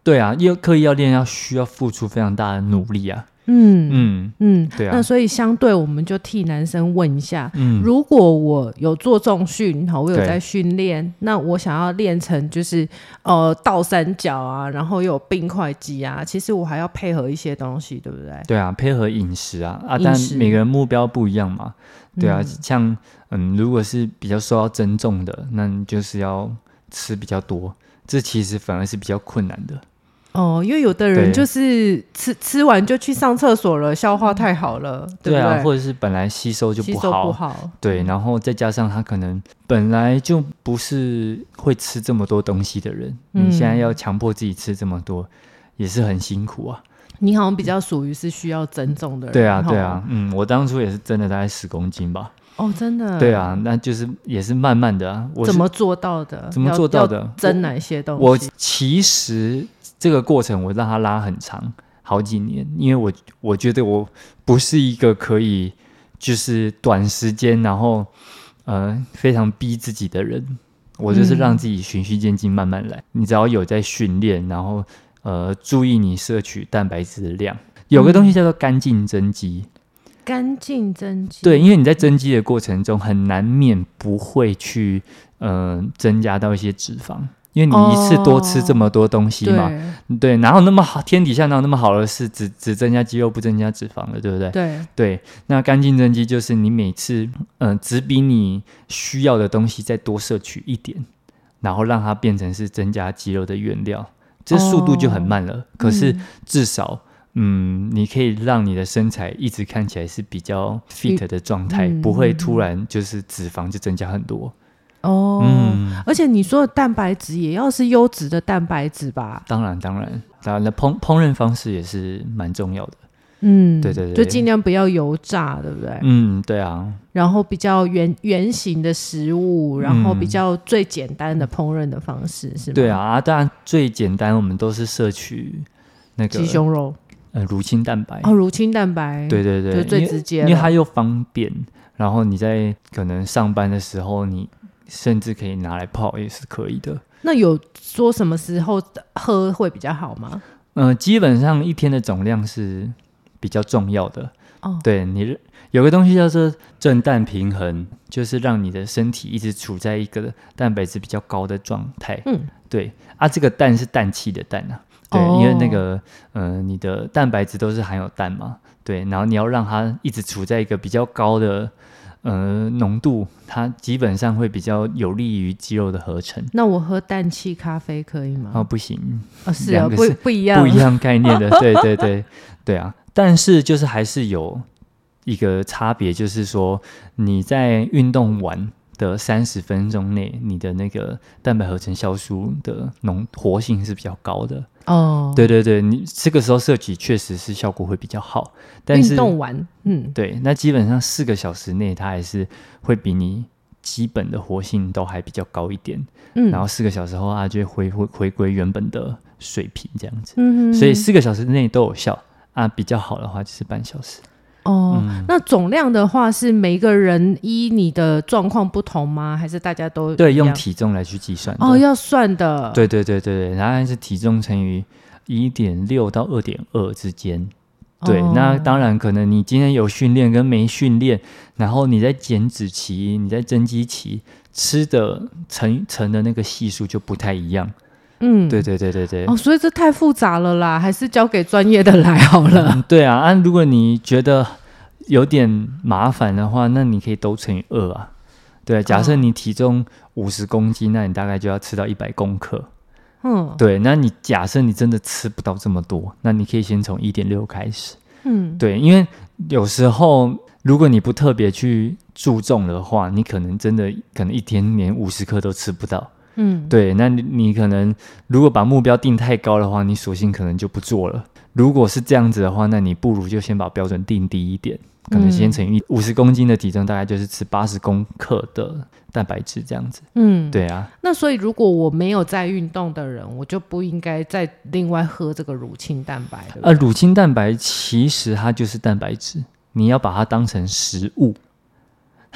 对啊，要刻意要练，要需要付出非常大的努力啊。 嗯嗯嗯， 对啊。 那所以相对我们就替男生问一下， 嗯， 如果我有做重训，好，我有在训练，那我想要练成就是呃倒三角啊，然后又有冰块肌啊，其实我还要配合一些东西，对不对？ 对啊，配合饮食啊啊，但每个人目标不一样嘛。对啊，嗯像嗯，如果是比较受到增重的，那你就是要吃比较多，这其实反而是比较困难的。 哦，因为有的人就是吃吃完就去上厕所了，消化太好了，对不对？ 对啊，或者是本来吸收就不好，吸收不好， 对，然后再加上他可能本来就不是会吃这么多东西的人，嗯、你现在要强迫自己吃这么多，也是很辛苦啊。 你好像比较属于是需要增重的人， 对啊，对啊，嗯，我当初也是增了大概十公斤吧。 哦，真的？ 对啊，那就是也是慢慢的啊。我怎么做到的？ 怎么做到的？ 增哪些东西？ 我, 我其实这个过程我让它拉很长，好几年，因为我我觉得我不是一个可以就是短时间然后呃非常逼自己的人，我就是让自己循序渐进，慢慢来。嗯、你只要有在训练，然后呃注意你摄取蛋白质的量，有个东西叫做干净增肌。 干净增肌， 对，因为你在增肌的过程中很难免不会去呃增加到一些脂肪，因为你一次多吃这么多东西嘛，哦、对, 对，哪有那么好，天底下哪有那么好的事，只只增加肌肉不增加脂肪的，对不对？ 对对，那干净增肌就是你每次嗯、呃、只比你需要的东西再多摄取一点，然后让它变成是增加肌肉的原料，这速度就很慢了，哦、可是至少。嗯嗯，你可以让你的身材一直看起来是比较 fit 的状态，嗯、不会突然就是脂肪就增加很多。 哦，嗯，而且你说的蛋白质也要是优质的蛋白质吧？ 当然，当然，当然，烹烹饪方式也是蛮重要的。 嗯， 对对对， 就尽量不要油炸，对不对？ 嗯，对啊。 然后比较圆圆形的食物，然后比较最简单的烹饪的方式，嗯、是吗？ 对啊，当然最简单，我们都是摄取那个鸡胸肉。 呃，乳清蛋白哦，乳清蛋白， 对对对， 就最直接因，因为它又方便，然后你在可能上班的时候，你甚至可以拿来泡也是可以的。 那有说什么时候喝会比较好吗？ 呃，基本上一天的总量是比较重要的。哦，对，你有个东西叫做正蛋平衡，就是让你的身体一直处在一个蛋白质比较高的状态。嗯，对啊，这个氮是氮气的氮啊。对，因为那个呃，你的蛋白质都是含有氮嘛，对，然后你要让它一直处在一个比较高的呃浓度，它基本上会比较有利于肌肉的合成。 那我喝氮气咖啡可以吗？ 哦，不行， 哦，是啊，不不一样， 不一样概念的，对对对对啊，但是就是还是有一个差别，就是说你在运动完的三十分钟内，你的那个蛋白合成酵素的浓活性是比较高的。哦，对对对，你这个时候摄取确实是效果会比较好，但是运动完，嗯， 对，那基本上四个小时内，它还是会比你基本的活性都还比较高一点，嗯，然后四个小时后它就会回回归原本的水平这样子，嗯，所以四个小时内都有效啊，比较好的话就是半小时。 哦、嗯，那总量的话是每个人依你的状况不同吗？还是大家都对用体重来去计算的？ 哦，要算的。 对对对对对，然后是体重乘以 一点六 到 二点二 之间。对、哦，那当然可能你今天有训练跟没训练，然后你在减脂期、你在增肌期吃的乘乘的那个系数就不太一样。嗯，对对对对对。 哦，所以这太复杂了啦，还是交给专业的来好了。 嗯、对啊，啊，如果你觉得有点麻烦的话，那你可以都乘以二啊。对，假设你体重五十公斤，那你大概就要吃到一百公克。嗯，对，那你假设你真的吃不到这么多，那你可以先从 一点六 开始。嗯，对，因为有时候如果你不特别去注重的话，你可能真的可能一天连五十克都吃不到。嗯，对，那 你, 你可能如果把目标定太高的话，你索性可能就不做了。如果是这样子的话，那你不如就先把标准定低一点，可能先乘以五十公斤的体重，大概就是吃八十公克的蛋白质这样子。嗯，对啊。 那所以如果我没有在运动的人，我就不应该再另外喝这个乳清蛋白，对不对？ 呃，乳清蛋白其实它就是蛋白质，你要把它当成食物。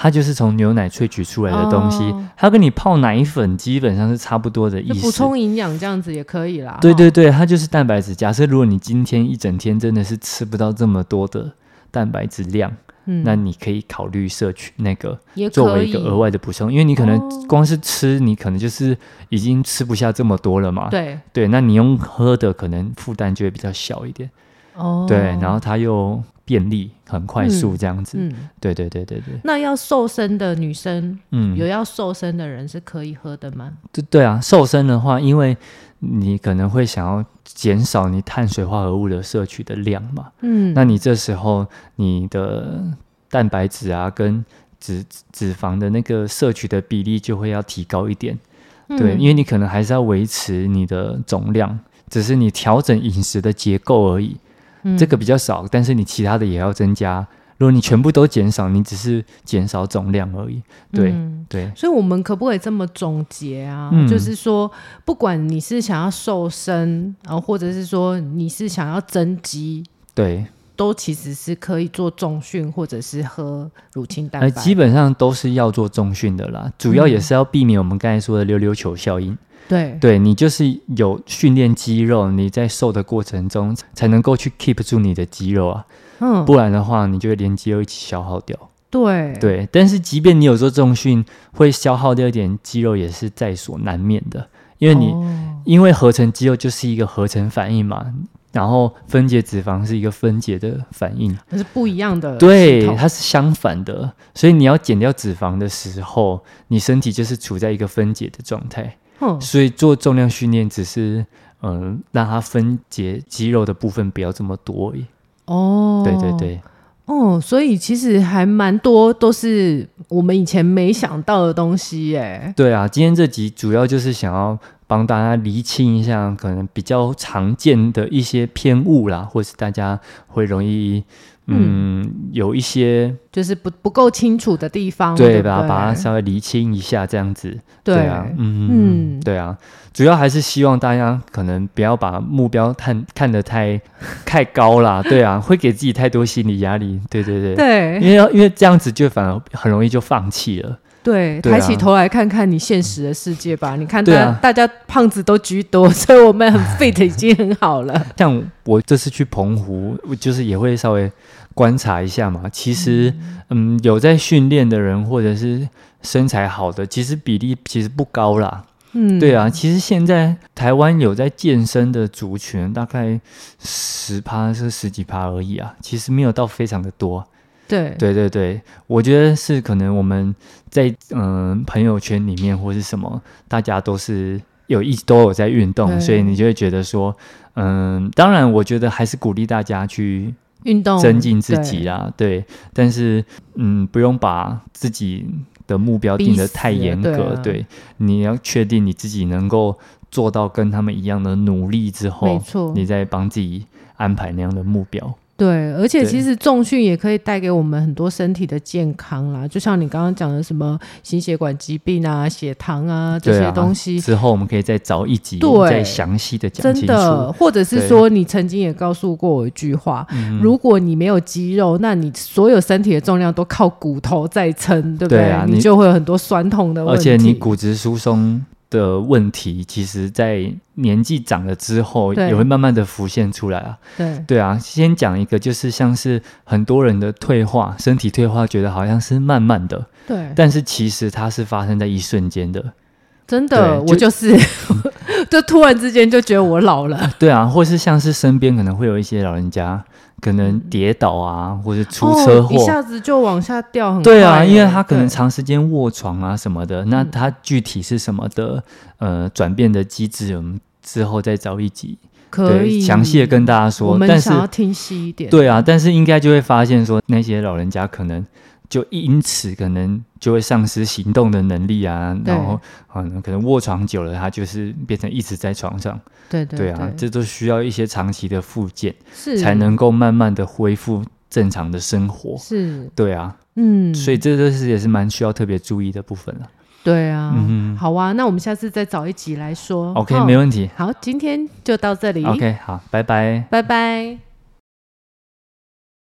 它就是从牛奶萃取出来的东西，哦、它跟你泡奶粉基本上是差不多的意思。 补充营养这样子也可以啦。 对对对，它就是蛋白质。假设如果你今天一整天真的是吃不到这么多的蛋白质量，嗯、那你可以考虑摄取那个作为一个额外的补充，因为你可能光是吃，你可能就是已经吃不下这么多了嘛。 对对，那你用喝的可能负担就会比较小一点。哦，对，然后它又便利，很快速这样子。嗯，嗯对对对对对。 那要瘦身的女生，嗯，有要瘦身的人是可以喝的吗？ 对对啊，瘦身的话，因为你可能会想要减少你碳水化合物的摄取的量嘛，嗯，那你这时候你的蛋白质啊跟脂脂肪的那个摄取的比例就会要提高一点，嗯、对，因为你可能还是要维持你的总量，只是你调整饮食的结构而已。这个比较少，但是你其他的也要增加。如果你全部都减少，你只是减少总量而已。对、嗯、对， 所以我们可不可以这么总结啊？嗯、就是说，不管你是想要瘦身，然后或者是说你是想要增肌， 对， 都其实是可以做重训，或者是喝乳清蛋白。 呃，基本上都是要做重训的啦，主要也是要避免我们刚才说的溜溜球效应。 对对，你就是有训练肌肉，你在瘦的过程中才能够去 keep 住你的肌肉啊，嗯，不然的话你就会连肌肉一起消耗掉。 对对，但是即便你有做重训，会消耗掉一点肌肉也是在所难免的，因为你、哦、因为合成肌肉就是一个合成反应嘛，然后分解脂肪是一个分解的反应， 它是不一样的， 对，它是相反的，所以你要减掉脂肪的时候，你身体就是处在一个分解的状态。所以做重量训练只是嗯，让它分解肌肉的部分不要这么多而已。哦，对对对， 哦，所以其实还蛮多都是我们以前没想到的东西耶。 对啊，今天这集主要就是想要帮大家厘清一下可能比较常见的一些偏误啦，或是大家会容易嗯，嗯有一些就是不不够清楚的地方， 对， 对把它把它稍微厘清一下，这样子。 对, 对啊，嗯嗯，对啊，主要还是希望大家可能不要把目标看看得太太高啦，对啊，会给自己太多心理压力，对对对， 对， 因为因为这样子就反而很容易就放弃了。 对，抬起头来看看你现实的世界吧。你看大、啊、大家胖子都居多，所以我们很 fit 已经很好了。 像我这次去澎湖，就是也会稍微观察一下嘛。其实，嗯，嗯有在训练的人或者是身材好的，其实比例其实不高啦。嗯，对啊，其实现在台湾有在健身的族群，大概十趴是十几趴而已啊，其实没有到非常的多。 对对对对，我觉得是可能我们在嗯、呃、朋友圈里面或是什么，大家都是有一都有在运动，所以你就会觉得说，嗯，当然我觉得还是鼓励大家去运动， 增进自己啦，对，对，但是嗯，不用把自己的目标定得太严格，对啊，对，你要确定你自己能够做到跟他们一样的努力之后， 没错， 你再帮自己安排那样的目标。 对，而且其实重训也可以带给我们很多身体的健康啦，就像你刚刚讲的什么心血管疾病啊、血糖啊这些东西， 啊，之后我们可以再找一集再详细的讲清楚。真的， 或者是说你曾经也告诉过我一句话，如果你没有肌肉，那你所有身体的重量都靠骨头在撑，对不对？对啊，你, 你就会有很多酸痛的问题， 而且你骨质疏松的问题，其实在年纪长了之后也会慢慢的浮现出来啊。 对对啊，先讲一个，就是像是很多人的退化，身体退化觉得好像是慢慢的， 对， 但是其实它是发生在一瞬间的。 真的，我就是就突然之间就觉得我老了。 对啊，或是像是身边可能会有一些老人家可能跌倒啊，或是出车祸， 哦，一下子就往下掉很快。 对啊，因为他可能长时间卧床啊什么的，那他具体是什么的呃转变的机制，我们之后再找一集可以详细的跟大家说。 我们想要听细一点。 对啊，但是应该就会发现说，那些老人家可能就因此可能就会丧失行动的能力啊，然后嗯，可能卧床久了，他就是变成一直在床上。 对对 对, 对啊，这都需要一些长期的复健，才能够慢慢的恢复正常的生活。 是， 对啊，嗯，所以这都是也是蛮需要特别注意的部分了。 对啊，嗯，好啊，那我们下次再找一集来说。 OK， 没问题。 好，今天就到这里。 OK， 好，拜拜， 拜拜。